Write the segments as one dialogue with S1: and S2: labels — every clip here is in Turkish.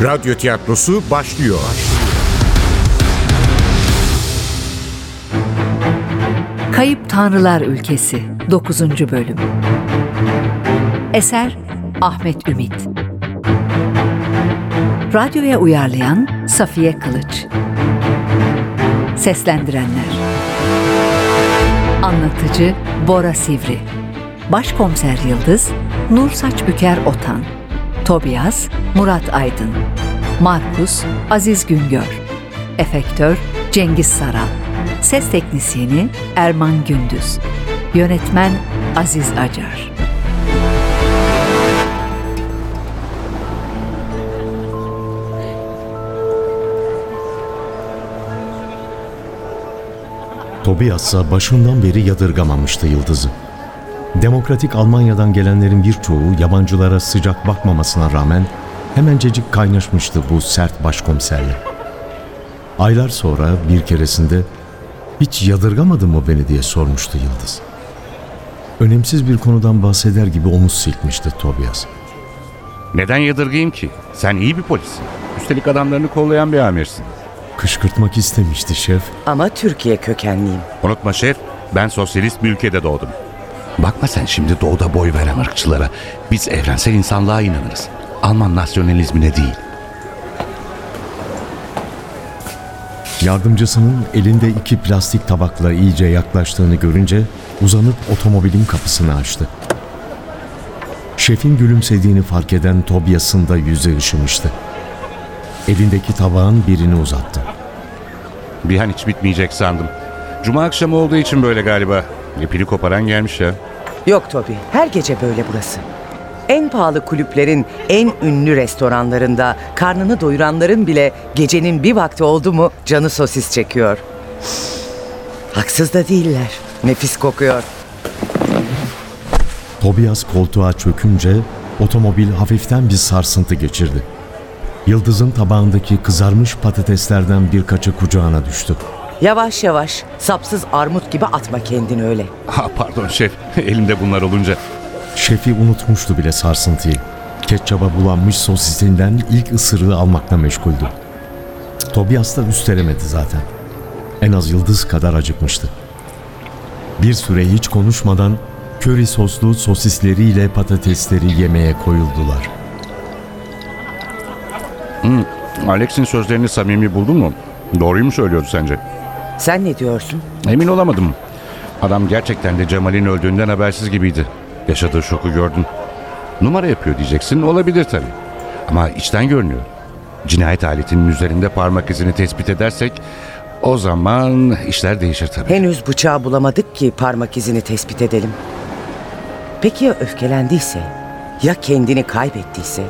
S1: Radyo tiyatrosu başlıyor.
S2: Kayıp Tanrılar Ülkesi 9. Bölüm. Eser Ahmet Ümit. Radyoya uyarlayan Safiye Kılıç. Seslendirenler: Anlatıcı Bora Sivri, Başkomiser Yıldız Nur Saçbüker Otan, Tobias Murat Aydın, Markus Aziz Güngör, Efektör Cengiz Saral, Ses Teknisyeni Erman Gündüz, Yönetmen Aziz Acar.
S3: Tobias'a başından beri yadırgamamıştı Yıldız'ı. Demokratik Almanya'dan gelenlerin birçoğu yabancılara sıcak bakmamasına rağmen hemencecik kaynaşmıştı bu sert başkomiserle. Aylar sonra bir keresinde "Hiç yadırgamadın mı beni?" diye sormuştu Yıldız. Önemsiz bir konudan bahseder gibi omuz silkmişti Tobias.
S4: Neden yadırgayım ki? Sen iyi bir polissin. Üstelik adamlarını kollayan bir amirsin.
S3: Kışkırtmak istemişti şef.
S5: Ama Türkiye kökenliyim.
S4: Unutma şef, ben sosyalist bir ülkede doğdum. Bakma sen şimdi doğuda boy veren ırkçılara. Biz evrensel insanlığa inanırız. Alman nasyonalizmine değil.
S3: Yardımcısının elinde 2 plastik tabakla iyice yaklaştığını görünce uzanıp otomobilin kapısını açtı. Şefin gülümsediğini fark eden Tobias'ın da yüzü ışımıştı. Elindeki tabağın birini uzattı.
S4: Bir an hiç bitmeyecek sandım. Cuma akşamı olduğu için böyle galiba. İpini koparan gelmiş ya.
S5: Yok Tobi, her gece böyle burası. En pahalı kulüplerin, en ünlü restoranlarında karnını doyuranların bile gecenin bir vakti oldu mu canı sosis çekiyor. Haksız da değiller. Nefis kokuyor.
S3: Tobias koltuğa çökünce otomobil hafiften bir sarsıntı geçirdi. Yıldız'ın tabağındaki kızarmış patateslerden birkaçı kucağına düştü.
S5: Yavaş yavaş, sapsız armut gibi atma kendini öyle.
S4: Pardon şef, elimde bunlar olunca.
S3: Şefi unutmuştu bile sarsıntıyı. Ketçaba bulanmış sosisinden ilk ısırığı almakla meşguldü. Tobias da üstelemedi zaten. En az Yıldız kadar acıkmıştı. Bir süre hiç konuşmadan köri soslu sosisleriyle patatesleri yemeye koyuldular.
S4: Alex'in sözlerini samimi buldun mu? Doğruyu mu söylüyordu sence?
S5: Sen ne diyorsun?
S4: Emin olamadım. Adam gerçekten de Cemal'in öldüğünden habersiz gibiydi. Yaşadığı şoku gördün. Numara yapıyor diyeceksin, olabilir tabii. Ama içten görünüyor. Cinayet aletinin üzerinde parmak izini tespit edersek o zaman işler değişir tabii.
S5: Henüz bıçağı bulamadık ki parmak izini tespit edelim. Peki ya öfkelendiyse? Ya kendini kaybettiyse?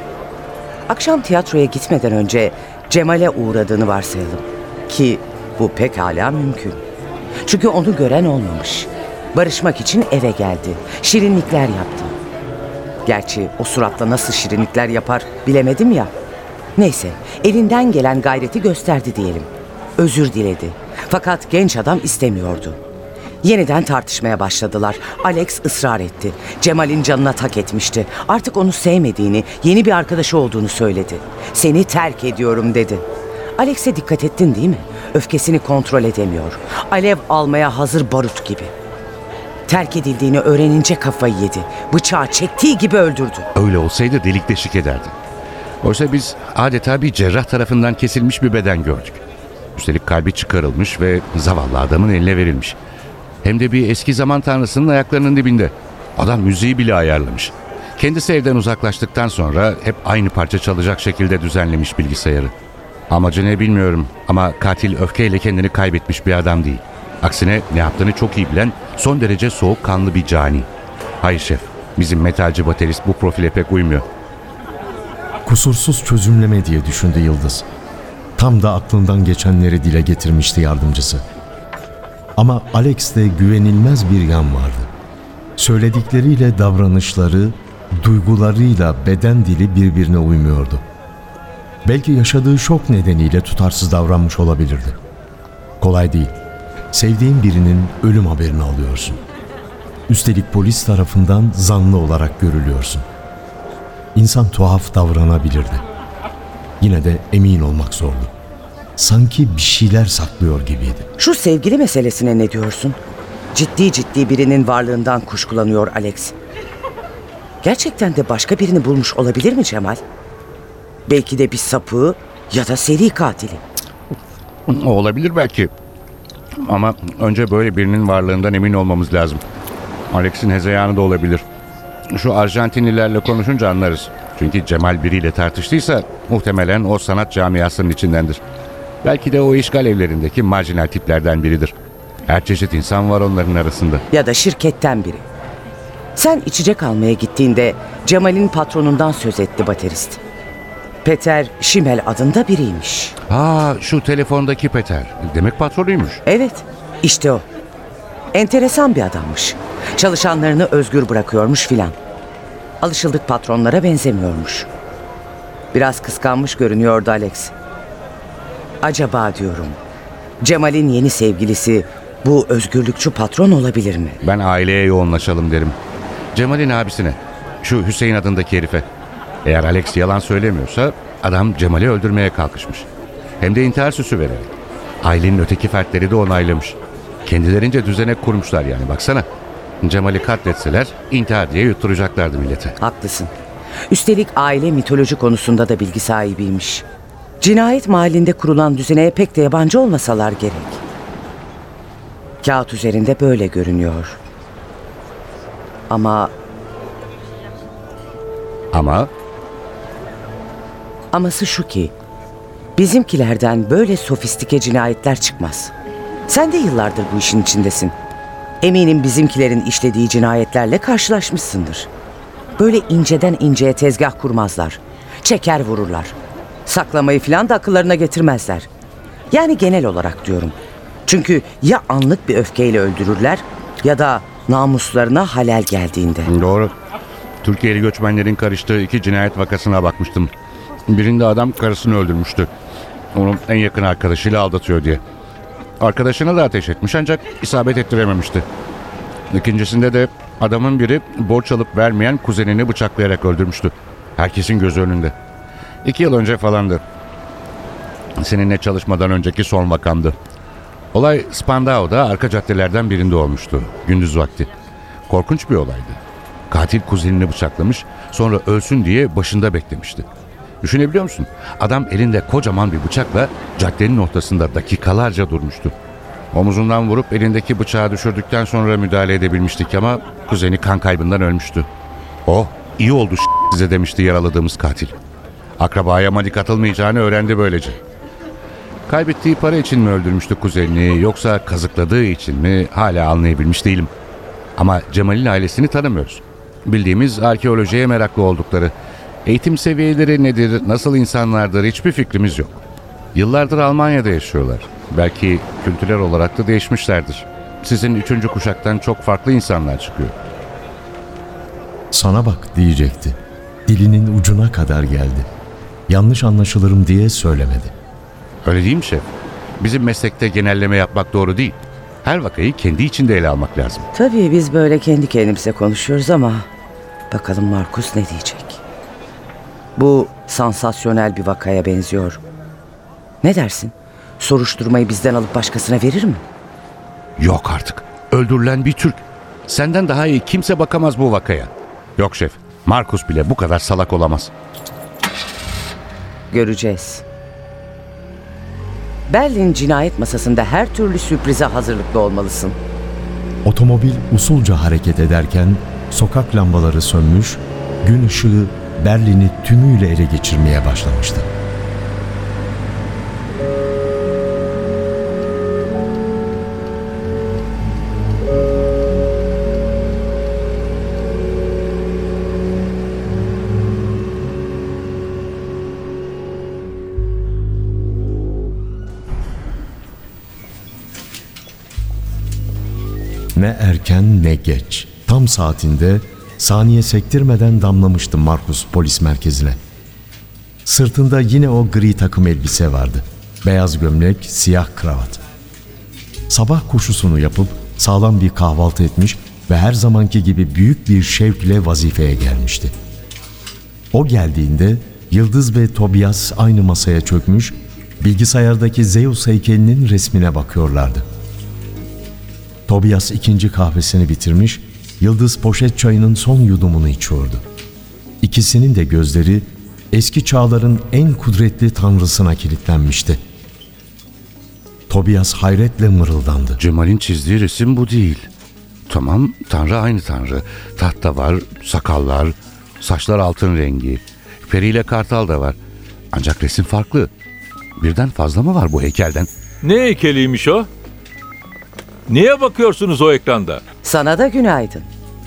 S5: Akşam tiyatroya gitmeden önce Cemal'e uğradığını varsayalım. Ki bu pekala mümkün. Çünkü onu gören olmamış. Barışmak için eve geldi. Şirinlikler yaptı. Gerçi o suratla nasıl şirinlikler yapar bilemedim ya. Neyse, elinden gelen gayreti gösterdi diyelim. Özür diledi. Fakat genç adam istemiyordu. Yeniden tartışmaya başladılar. Alex ısrar etti. Cemal'in canına tak etmişti. Artık onu sevmediğini, yeni bir arkadaşı olduğunu söyledi. "Seni terk ediyorum" dedi. Alex'e dikkat ettin değil mi? Öfkesini kontrol edemiyor. Alev almaya hazır barut gibi. Terk edildiğini öğrenince kafayı yedi. Bıçağı çektiği gibi öldürdü.
S4: Öyle olsaydı delik deşik ederdi. Oysa biz adeta bir cerrah tarafından kesilmiş bir beden gördük. Üstelik kalbi çıkarılmış ve zavallı adamın eline verilmiş. Hem de bir eski zaman tanrısının ayaklarının dibinde. Adam müziği bile ayarlamış. Kendisi evden uzaklaştıktan sonra hep aynı parça çalacak şekilde düzenlemiş bilgisayarı. Amacı ne bilmiyorum ama katil öfkeyle kendini kaybetmiş bir adam değil. Aksine ne yaptığını çok iyi bilen son derece soğukkanlı bir cani. Hayır şef, bizim metalci baterist bu profile pek uymuyor.
S3: Kusursuz çözümleme diye düşündü Yıldız. Tam da aklından geçenleri dile getirmişti yardımcısı. Ama Alex'te güvenilmez bir yan vardı. Söyledikleriyle davranışları, duygularıyla beden dili birbirine uymuyordu. Belki yaşadığı şok nedeniyle tutarsız davranmış olabilirdi. Kolay değil. Sevdiğin birinin ölüm haberini alıyorsun. Üstelik polis tarafından zanlı olarak görülüyorsun. İnsan tuhaf davranabilirdi. Yine de emin olmak zordu. Sanki bir şeyler saklıyor gibiydi.
S5: Şu sevgili meselesine ne diyorsun? Ciddi birinin varlığından kuşkulanıyor Alex. Gerçekten de başka birini bulmuş olabilir mi Cemal? Belki de bir sapığı ya da seri katili.
S4: O olabilir belki. Ama önce böyle birinin varlığından emin olmamız lazım. Alex'in hezeyanı da olabilir. Şu Arjantinlilerle konuşunca anlarız. Çünkü Cemal biriyle tartıştıysa muhtemelen o sanat camiasının içindendir. Belki de o işgal evlerindeki marjinal tiplerden biridir. Her çeşit insan var onların arasında.
S5: Ya da şirketten biri. Sen içecek almaya gittiğinde Cemal'in patronundan söz etti baterist. Peter Schimmel adında biriymiş.
S4: Şu telefondaki Peter. Demek patronuymuş.
S5: Evet, işte o. Enteresan bir adammış. Çalışanlarını özgür bırakıyormuş filan. Alışıldık patronlara benzemiyormuş. Biraz kıskanmış görünüyordu Alex. Acaba diyorum, Cemal'in yeni sevgilisi bu özgürlükçü patron olabilir mi?
S4: Ben aileye yoğunlaşalım derim. Cemal'in abisine. Şu Hüseyin adındaki herife. Eğer Alex yalan söylemiyorsa adam Cemal'i öldürmeye kalkışmış. Hem de intihar süsü vererek. Ailenin öteki fertleri de onaylamış. Kendilerince düzenek kurmuşlar yani baksana. Cemal'i katletseler intihar diye yutturacaklardı millete.
S5: Haklısın. Üstelik aile mitoloji konusunda da bilgi sahibiymiş. Cinayet mahallinde kurulan düzeneye pek de yabancı olmasalar gerek. Kağıt üzerinde böyle görünüyor. Ama aması şu ki, bizimkilerden böyle sofistike cinayetler çıkmaz. Sen de yıllardır bu işin içindesin. Eminim bizimkilerin işlediği cinayetlerle karşılaşmışsındır. Böyle inceden inceye tezgah kurmazlar. Çeker vururlar. Saklamayı falan da akıllarına getirmezler. Yani genel olarak diyorum. Çünkü ya anlık bir öfkeyle öldürürler ya da namuslarına halel geldiğinde.
S4: Doğru. Türkiye'li göçmenlerin karıştığı 2 cinayet vakasına bakmıştım. Birinde adam karısını öldürmüştü. Onun en yakın arkadaşıyla aldatıyor diye. Arkadaşına da ateş etmiş ancak isabet ettirememişti. İkincisinde de adamın biri borç alıp vermeyen kuzenini bıçaklayarak öldürmüştü. Herkesin gözü önünde. 2 yıl önce falandı. Seninle çalışmadan önceki son vakamdı. Olay Spandau'da arka caddelerden birinde olmuştu. Gündüz vakti. Korkunç bir olaydı. Katil kuzenini bıçaklamış, sonra ölsün diye başında beklemişti. Düşünebiliyor musun? Adam elinde kocaman bir bıçakla caddenin ortasında dakikalarca durmuştu. Omuzundan vurup elindeki bıçağı düşürdükten sonra müdahale edebilmiştik ama kuzeni kan kaybından ölmüştü. "Oh, iyi oldu size," demişti yaraladığımız katil. Akrabaya madik atılmayacağını öğrendi böylece. Kaybettiği para için mi öldürmüştü kuzenini yoksa kazıkladığı için mi hala anlayabilmiş değilim. Ama Cemal'in ailesini tanımıyoruz. Bildiğimiz arkeolojiye meraklı oldukları, eğitim seviyeleri nedir, nasıl insanlardır hiçbir fikrimiz yok. Yıllardır Almanya'da yaşıyorlar. Belki kültürel olarak da değişmişlerdir. Sizin 3. kuşaktan çok farklı insanlar çıkıyor.
S3: Sana bak diyecekti. Dilinin ucuna kadar geldi. Yanlış anlaşılırım diye söylemedi.
S4: Öyle değil mi şef? Bizim meslekte genelleme yapmak doğru değil. Her vakayı kendi içinde ele almak lazım.
S5: Tabii biz böyle kendi kendimize konuşuyoruz ama bakalım Markus ne diyecek? Bu sansasyonel bir vakaya benziyor. Ne dersin? Soruşturmayı bizden alıp başkasına verir mi?
S4: Yok artık. Öldürülen bir Türk. Senden daha iyi kimse bakamaz bu vakaya. Yok şef. Markus bile bu kadar salak olamaz.
S5: Göreceğiz. Berlin cinayet masasında her türlü sürprize hazırlıklı olmalısın.
S3: Otomobil usulca hareket ederken sokak lambaları sönmüş, gün ışığı Berlin'i tümüyle ele geçirmeye başlamıştı. Ne erken ne geç. Tam saatinde saniye sektirmeden damlamıştı Markus polis merkezine. Sırtında yine o gri takım elbise vardı. Beyaz gömlek, siyah kravat. Sabah koşusunu yapıp sağlam bir kahvaltı etmiş ve her zamanki gibi büyük bir şevkle vazifeye gelmişti. O geldiğinde Yıldız ve Tobias aynı masaya çökmüş, bilgisayardaki Zeus heykelinin resmine bakıyorlardı. Tobias ikinci kahvesini bitirmiş, Yıldız poşet çayının son yudumunu içiyordu. İkisinin de gözleri eski çağların en kudretli tanrısına kilitlenmişti. Tobias hayretle mırıldandı.
S4: Cemal'in çizdiği resim bu değil. Tamam, Tanrı aynı Tanrı. Tahta var, sakallar, saçlar altın rengi. Peri ile kartal da var. Ancak resim farklı. Birden fazla mı var bu heykelden?
S6: Ne heykeliymiş o? Niye bakıyorsunuz o ekranda?
S5: Sana da günaydın.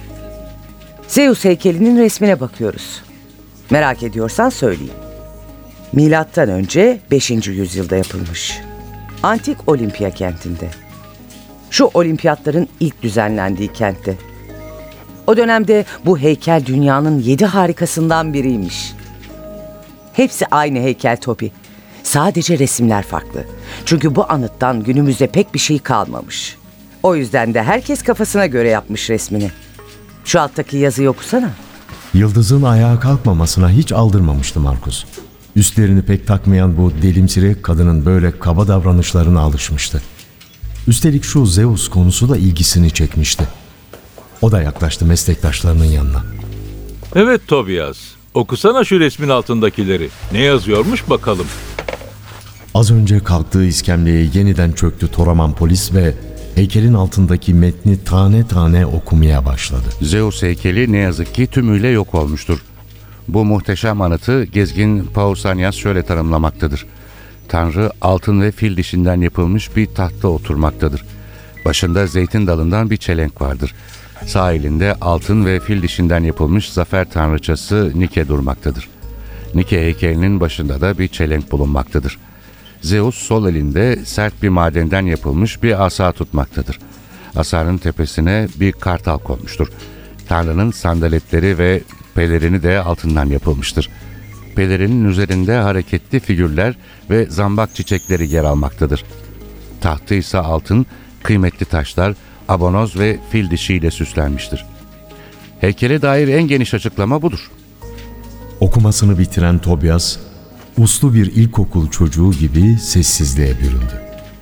S5: Zeus heykelinin resmine bakıyoruz. Merak ediyorsan söyleyeyim. Milattan önce 5. yüzyılda yapılmış. Antik Olimpiya kentinde. Şu olimpiyatların ilk düzenlendiği kentte. O dönemde bu heykel dünyanın 7 harikasından biriymiş. Hepsi aynı heykel Topi. Sadece resimler farklı. Çünkü bu anıttan günümüzde pek bir şey kalmamış. O yüzden de herkes kafasına göre yapmış resmini. Şu alttaki yazıyı okusana.
S3: Yıldız'ın ayağa kalkmamasına hiç aldırmamıştı Markus. Üstlerini pek takmayan bu delimsirek kadının böyle kaba davranışlarına alışmıştı. Üstelik şu Zeus konusu da ilgisini çekmişti. O da yaklaştı meslektaşlarının yanına.
S6: Evet Tobias, okusana şu resmin altındakileri. Ne yazıyormuş bakalım.
S3: Az önce kalktığı iskemleye yeniden çöktü Toraman polis ve heykelin altındaki metni tane tane okumaya başladı.
S4: Zeus heykeli ne yazık ki tümüyle yok olmuştur. Bu muhteşem anıtı gezgin Pausanias şöyle tanımlamaktadır. Tanrı altın ve fil dişinden yapılmış bir tahtta oturmaktadır. Başında zeytin dalından bir çelenk vardır. Sağ elinde altın ve fil dişinden yapılmış zafer tanrıçası Nike durmaktadır. Nike heykelinin başında da bir çelenk bulunmaktadır. Zeus sol elinde sert bir madenden yapılmış bir asa tutmaktadır. Asanın tepesine bir kartal konmuştur. Tanrı'nın sandaletleri ve pelerini de altından yapılmıştır. Pelerinin üzerinde hareketli figürler ve zambak çiçekleri yer almaktadır. Tahtı ise altın, kıymetli taşlar, abonoz ve fil dişiyle süslenmiştir. Heykele dair en geniş açıklama budur.
S3: Okumasını bitiren Tobias, uslu bir ilkokul çocuğu gibi sessizliğe büründü.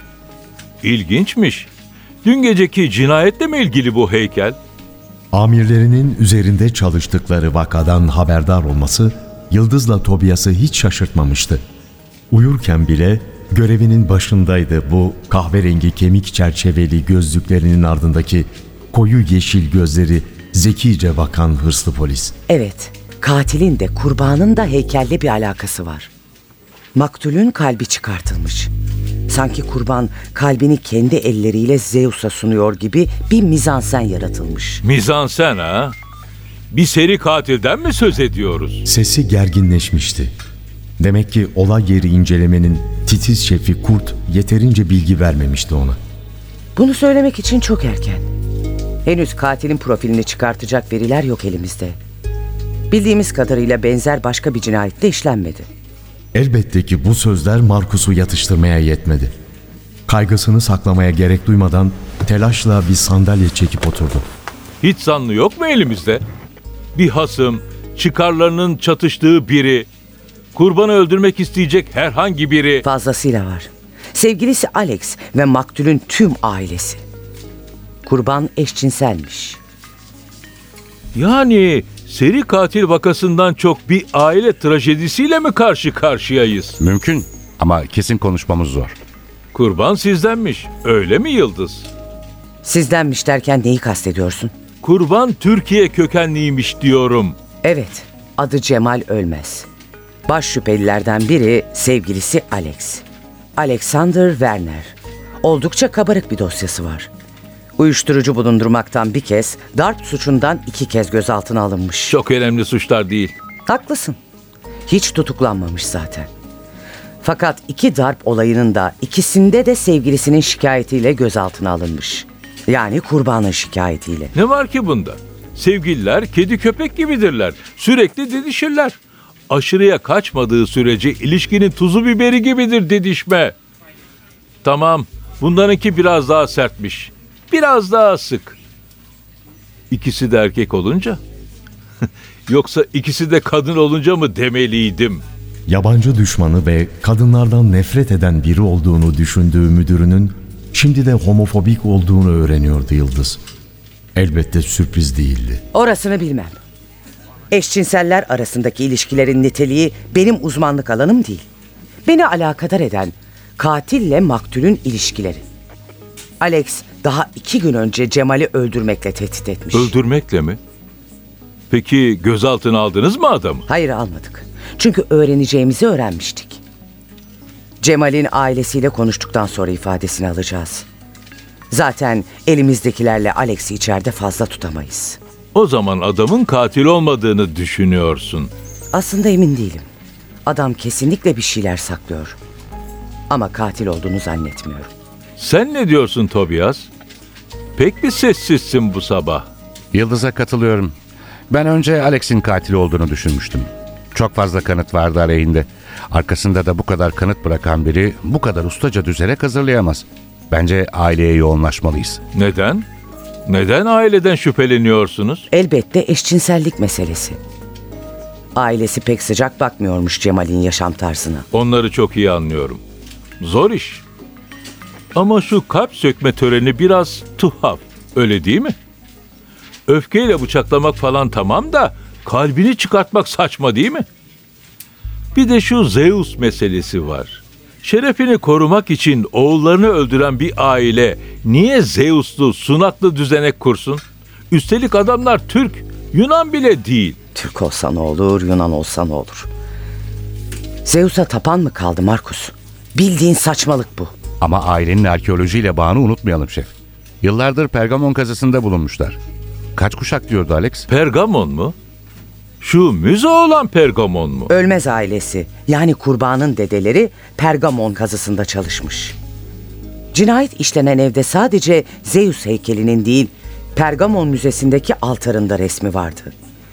S6: İlginçmiş. Dün geceki cinayetle mi ilgili bu heykel?
S3: Amirlerinin üzerinde çalıştıkları vakadan haberdar olması Yıldız'la Tobias'ı hiç şaşırtmamıştı. Uyurken bile görevinin başındaydı bu kahverengi kemik çerçeveli gözlüklerinin ardındaki koyu yeşil gözleri zekice bakan hırslı polis.
S5: Evet, katilin de kurbanın da heykelle bir alakası var. Maktulün kalbi çıkartılmış. Sanki kurban kalbini kendi elleriyle Zeus'a sunuyor gibi bir mizansen yaratılmış.
S6: Mizansen ha? Bir seri katilden mi söz ediyoruz?
S3: Sesi gerginleşmişti. Demek ki olay yeri incelemenin titiz şefi Kurt yeterince bilgi vermemişti ona.
S5: Bunu söylemek için çok erken. Henüz katilin profilini çıkartacak veriler yok elimizde. Bildiğimiz kadarıyla benzer başka bir cinayet de işlenmedi.
S3: Elbette ki bu sözler Markus'u yatıştırmaya yetmedi. Kaygısını saklamaya gerek duymadan telaşla bir sandalye çekip oturdu.
S6: Hiç zanlı yok mu elimizde? Bir hasım, çıkarlarının çatıştığı biri, kurbanı öldürmek isteyecek herhangi biri.
S5: Fazlasıyla var. Sevgilisi Alex ve maktulün tüm ailesi. Kurban eşcinselmiş.
S6: Yani seri katil vakasından çok bir aile trajedisiyle mi karşı karşıyayız?
S4: Mümkün ama kesin konuşmamız zor.
S6: Kurban sizdenmiş, öyle mi Yıldız?
S5: Sizdenmiş derken neyi kastediyorsun?
S6: Kurban Türkiye kökenliymiş diyorum.
S5: Evet, adı Cemal Ölmez. Baş şüphelilerden biri sevgilisi Alex. Alexander Werner. Oldukça kabarık bir dosyası var. Uyuşturucu bulundurmaktan bir kez, darp suçundan 2 kez gözaltına alınmış.
S6: Çok önemli suçlar değil.
S5: Haklısın. Hiç tutuklanmamış zaten. Fakat 2 darp olayının da ikisinde de sevgilisinin şikayetiyle gözaltına alınmış. Yani kurbanın şikayetiyle.
S6: Ne var ki bunda? Sevgililer kedi köpek gibidirler. Sürekli didişirler. Aşırıya kaçmadığı sürece ilişkinin tuzu biberi gibidir didişme. Tamam, bunlarınki biraz daha sertmiş. Biraz daha sık. İkisi de erkek olunca? Yoksa ikisi de kadın olunca mı demeliydim?
S3: Yabancı düşmanı ve kadınlardan nefret eden biri olduğunu düşündüğü müdürünün şimdi de homofobik olduğunu öğreniyordu Yıldız. Elbette sürpriz değildi.
S5: Orasını bilmem. Eşcinseller arasındaki ilişkilerin niteliği benim uzmanlık alanım değil. Beni alakadar eden katille maktulün ilişkileri. Alex daha 2 gün önce Cemal'i öldürmekle tehdit etmiş.
S6: Öldürmekle mi? Peki gözaltına aldınız mı adamı?
S5: Hayır, almadık. Çünkü öğreneceğimizi öğrenmiştik. Cemal'in ailesiyle konuştuktan sonra ifadesini alacağız. Zaten elimizdekilerle Alex'i içeride fazla tutamayız.
S6: O zaman adamın katil olmadığını düşünüyorsun.
S5: Aslında emin değilim. Adam kesinlikle bir şeyler saklıyor. Ama katil olduğunu zannetmiyorum.
S6: Sen ne diyorsun Tobias? Pek bir sessizsin bu sabah.
S4: Yıldız'a katılıyorum. Ben önce Alex'in katil olduğunu düşünmüştüm. Çok fazla kanıt vardı aleyhinde. Arkasında da bu kadar kanıt bırakan biri bu kadar ustaca düzenek hazırlayamaz. Bence aileye yoğunlaşmalıyız.
S6: Neden? Neden aileden şüpheleniyorsunuz?
S5: Elbette eşcinsellik meselesi. Ailesi pek sıcak bakmıyormuş Cemal'in yaşam tarzına.
S6: Onları çok iyi anlıyorum. Zor iş. Ama şu kalp sökme töreni biraz tuhaf. Öyle değil mi? Öfkeyle bıçaklamak falan tamam da kalbini çıkartmak saçma değil mi? Bir de şu Zeus meselesi var. Şerefini korumak için oğullarını öldüren bir aile niye Zeus'lu, sunaklı düzenek kursun? Üstelik adamlar Türk, Yunan bile değil.
S5: Türk olsa ne olur, Yunan olsa ne olur? Zeus'a tapan mı kaldı Markus? Bildiğin saçmalık bu.
S4: Ama ailenin arkeolojiyle bağını unutmayalım şef. Yıllardır Pergamon kazısında bulunmuşlar. Kaç kuşak diyordu Alex?
S6: Pergamon mu? Şu müze olan Pergamon mu?
S5: Ölmez ailesi, yani kurbanın dedeleri Pergamon kazısında çalışmış. Cinayet işlenen evde sadece Zeus heykelinin değil, Pergamon Müzesi'ndeki altarında resmi vardı.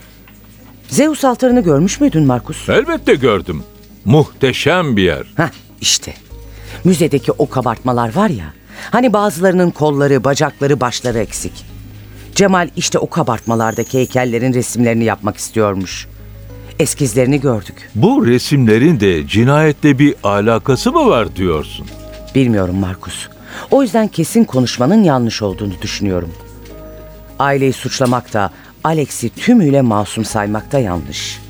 S5: Zeus altarını görmüş müydün Markus?
S6: Elbette gördüm. Muhteşem bir yer.
S5: Hah, işte. Müzedeki o kabartmalar var ya, hani bazılarının kolları, bacakları, başları eksik. Cemal işte o kabartmalardaki heykellerin resimlerini yapmak istiyormuş. Eskizlerini gördük.
S6: Bu resimlerin de cinayetle bir alakası mı var diyorsun?
S5: Bilmiyorum Markus. O yüzden kesin konuşmanın yanlış olduğunu düşünüyorum. Aileyi suçlamak da Alex'i tümüyle masum saymak da yanlış.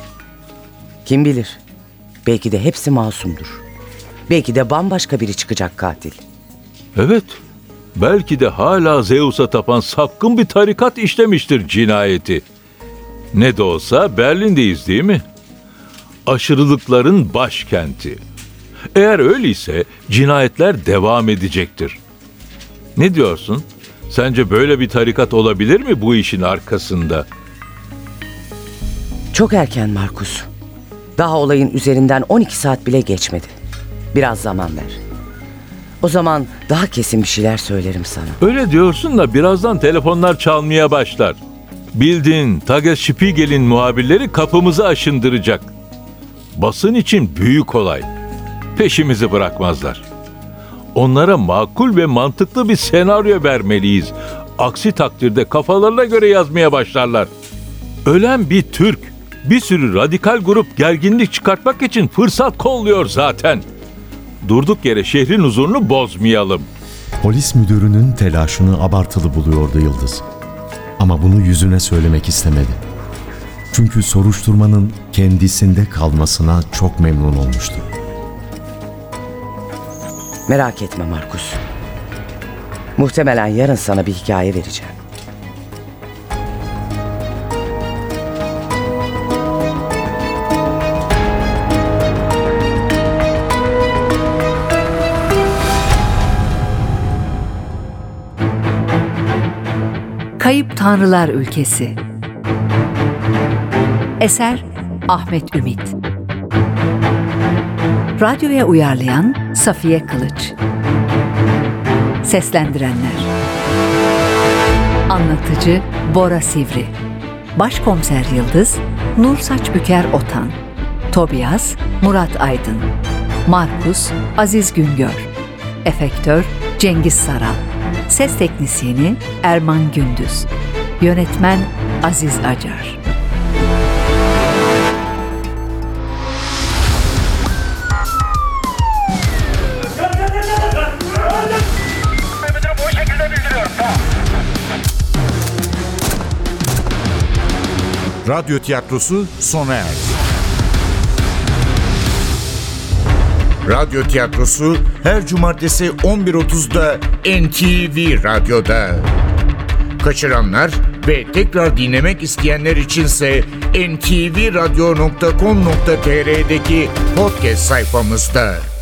S5: Kim bilir? Belki de hepsi masumdur. Belki de bambaşka biri çıkacak katil.
S6: Evet. Belki de hala Zeus'a tapan sapkın bir tarikat işlemiştir cinayeti. Ne de olsa Berlin'deyiz değil mi? Aşırılıkların başkenti. Eğer öyleyse cinayetler devam edecektir. Ne diyorsun? Sence böyle bir tarikat olabilir mi bu işin arkasında?
S5: Çok erken Markus. Daha olayın üzerinden 12 saat bile geçmedi. Biraz zaman ver. O zaman daha kesin bir şeyler söylerim sana.
S6: Öyle diyorsun da birazdan telefonlar çalmaya başlar. Bildiğin Tagesspiegel'in muhabirleri kapımızı aşındıracak. Basın için büyük olay. Peşimizi bırakmazlar. Onlara makul ve mantıklı bir senaryo vermeliyiz. Aksi takdirde kafalarına göre yazmaya başlarlar. Ölen bir Türk, bir sürü radikal grup gerginlik çıkartmak için fırsat kolluyor zaten. Durduk yere şehrin huzurunu bozmayalım.
S3: Polis müdürünün telaşını abartılı buluyordu Yıldız. Ama bunu yüzüne söylemek istemedi. Çünkü soruşturmanın kendisinde kalmasına çok memnun olmuştu.
S5: Merak etme Markus. Muhtemelen yarın sana bir hikaye vereceğim.
S2: Kayıp Tanrılar Ülkesi. Eser Ahmet Ümit. Radyoya uyarlayan Safiye Kılıç. Seslendirenler: Anlatıcı Bora Sivri, Başkomiser Yıldız Nur Saçbüker Otan, Tobias Murat Aydın, Markus Aziz Güngör, Efektör Cengiz Saral, Ses Teknisyeni Erman Gündüz, Yönetmen Aziz Acar.
S1: Radyo tiyatrosu sona erdi. Radyo tiyatrosu her cumartesi 11.30'da NTV Radyo'da. Kaçıranlar ve tekrar dinlemek isteyenler içinse ntvradio.com.tr'deki podcast sayfamızda.